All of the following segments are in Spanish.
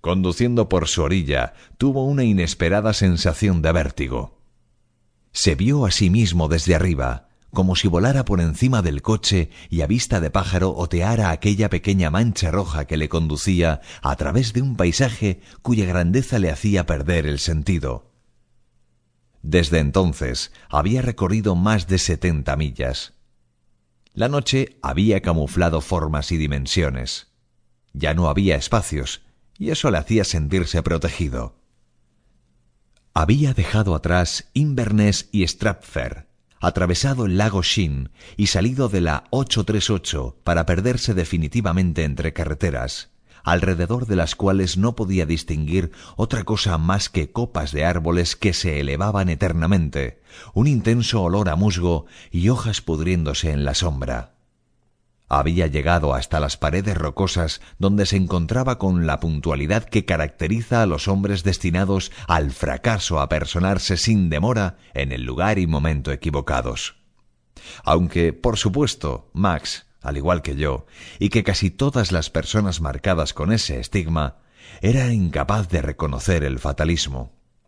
Conduciendo por su orilla, tuvo una inesperada sensación de vértigo. Se vio a sí mismo desde arriba, como si volara por encima del coche y a vista de pájaro oteara aquella pequeña mancha roja que le conducía a través de un paisaje cuya grandeza le hacía perder el sentido. Desde entonces había recorrido más de 70 millas. La noche había camuflado formas y dimensiones. Ya no había espacios, y eso le hacía sentirse protegido. Había dejado atrás Inverness y Stratford, atravesado el lago Sheen y salido de la 838 para perderse definitivamente entre carreteras, alrededor de las cuales no podía distinguir otra cosa más que copas de árboles que se elevaban eternamente, un intenso olor a musgo y hojas pudriéndose en la sombra. Había llegado hasta las paredes rocosas donde se encontraba con la puntualidad que caracteriza a los hombres destinados al fracaso a personarse sin demora en el lugar y momento equivocados. Aunque, por supuesto, Max, al igual que yo, y que casi todas las personas marcadas con ese estigma, era incapaz de reconocer el fatalismo.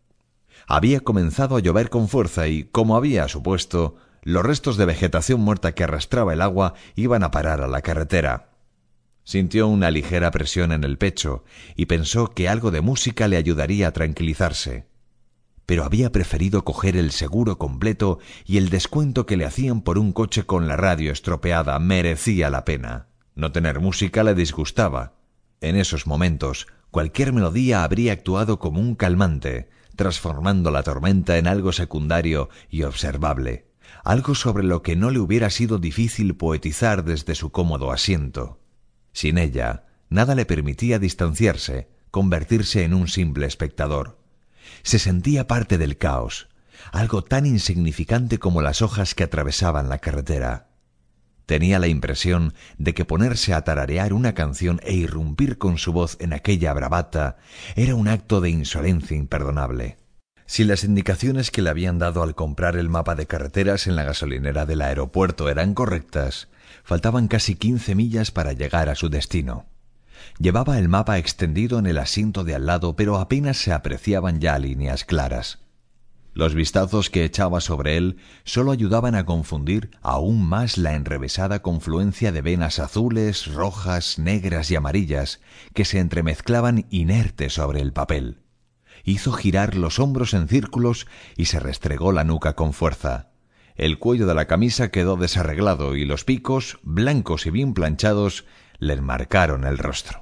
Había comenzado a llover con fuerza y, como había supuesto, los restos de vegetación muerta que arrastraba el agua iban a parar a la carretera. Sintió una ligera presión en el pecho y pensó que algo de música le ayudaría a tranquilizarse. Pero había preferido coger el seguro completo y el descuento que le hacían por un coche con la radio estropeada merecía la pena. No tener música le disgustaba. En esos momentos, cualquier melodía habría actuado como un calmante, transformando la tormenta en algo secundario y observable, algo sobre lo que no le hubiera sido difícil poetizar desde su cómodo asiento. Sin ella, nada le permitía distanciarse, convertirse en un simple espectador. Se sentía parte del caos, algo tan insignificante como las hojas que atravesaban la carretera. Tenía la impresión de que ponerse a tararear una canción e irrumpir con su voz en aquella bravata era un acto de insolencia imperdonable. Si las indicaciones que le habían dado al comprar el mapa de carreteras en la gasolinera del aeropuerto eran correctas, faltaban casi 15 millas para llegar a su destino. Llevaba el mapa extendido en el asiento de al lado, pero apenas se apreciaban ya líneas claras. Los vistazos que echaba sobre él solo ayudaban a confundir aún más la enrevesada confluencia de venas azules, rojas, negras y amarillas que se entremezclaban inertes sobre el papel. Hizo girar los hombros en círculos y se restregó la nuca con fuerza. El cuello de la camisa quedó desarreglado y los picos, blancos y bien planchados, le enmarcaron el rostro.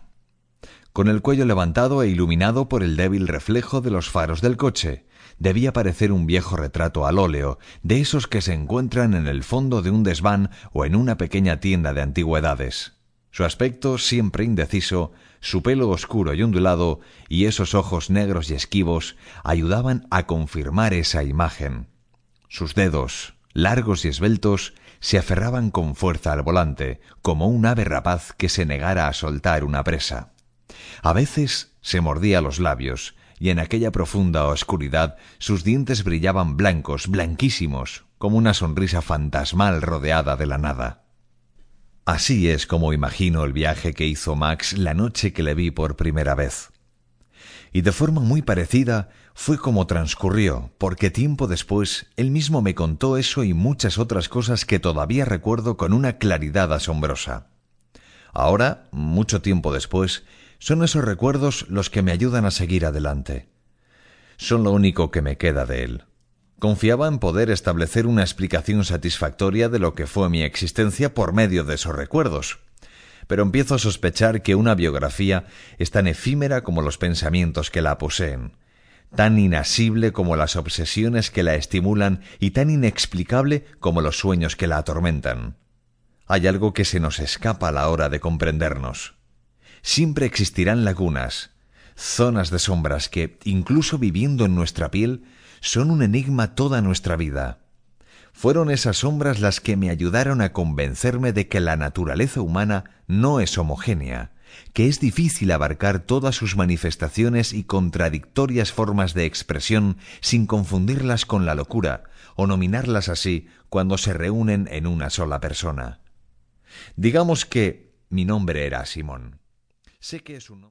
Con el cuello levantado e iluminado por el débil reflejo de los faros del coche, debía parecer un viejo retrato al óleo, de esos que se encuentran en el fondo de un desván o en una pequeña tienda de antigüedades. Su aspecto, siempre indeciso, su pelo oscuro y ondulado, y esos ojos negros y esquivos ayudaban a confirmar esa imagen. Sus dedos, largos y esbeltos, se aferraban con fuerza al volante, como un ave rapaz que se negara a soltar una presa. A veces se mordía los labios, y en aquella profunda oscuridad sus dientes brillaban blancos, blanquísimos, como una sonrisa fantasmal rodeada de la nada. Así es como imagino el viaje que hizo Max la noche que le vi por primera vez. Y de forma muy parecida fue como transcurrió, porque tiempo después él mismo me contó eso y muchas otras cosas que todavía recuerdo con una claridad asombrosa. Ahora, mucho tiempo después, son esos recuerdos los que me ayudan a seguir adelante. Son lo único que me queda de él. Confiaba en poder establecer una explicación satisfactoria de lo que fue mi existencia por medio de esos recuerdos. Pero empiezo a sospechar que una biografía es tan efímera como los pensamientos que la poseen, tan inasible como las obsesiones que la estimulan y tan inexplicable como los sueños que la atormentan. Hay algo que se nos escapa a la hora de comprendernos. Siempre existirán lagunas, zonas de sombras que, incluso viviendo en nuestra piel, son un enigma toda nuestra vida. Fueron esas sombras las que me ayudaron a convencerme de que la naturaleza humana no es homogénea, que es difícil abarcar todas sus manifestaciones y contradictorias formas de expresión sin confundirlas con la locura o nominarlas así cuando se reúnen en una sola persona. Digamos que mi nombre era Simón. Sé que es un nombre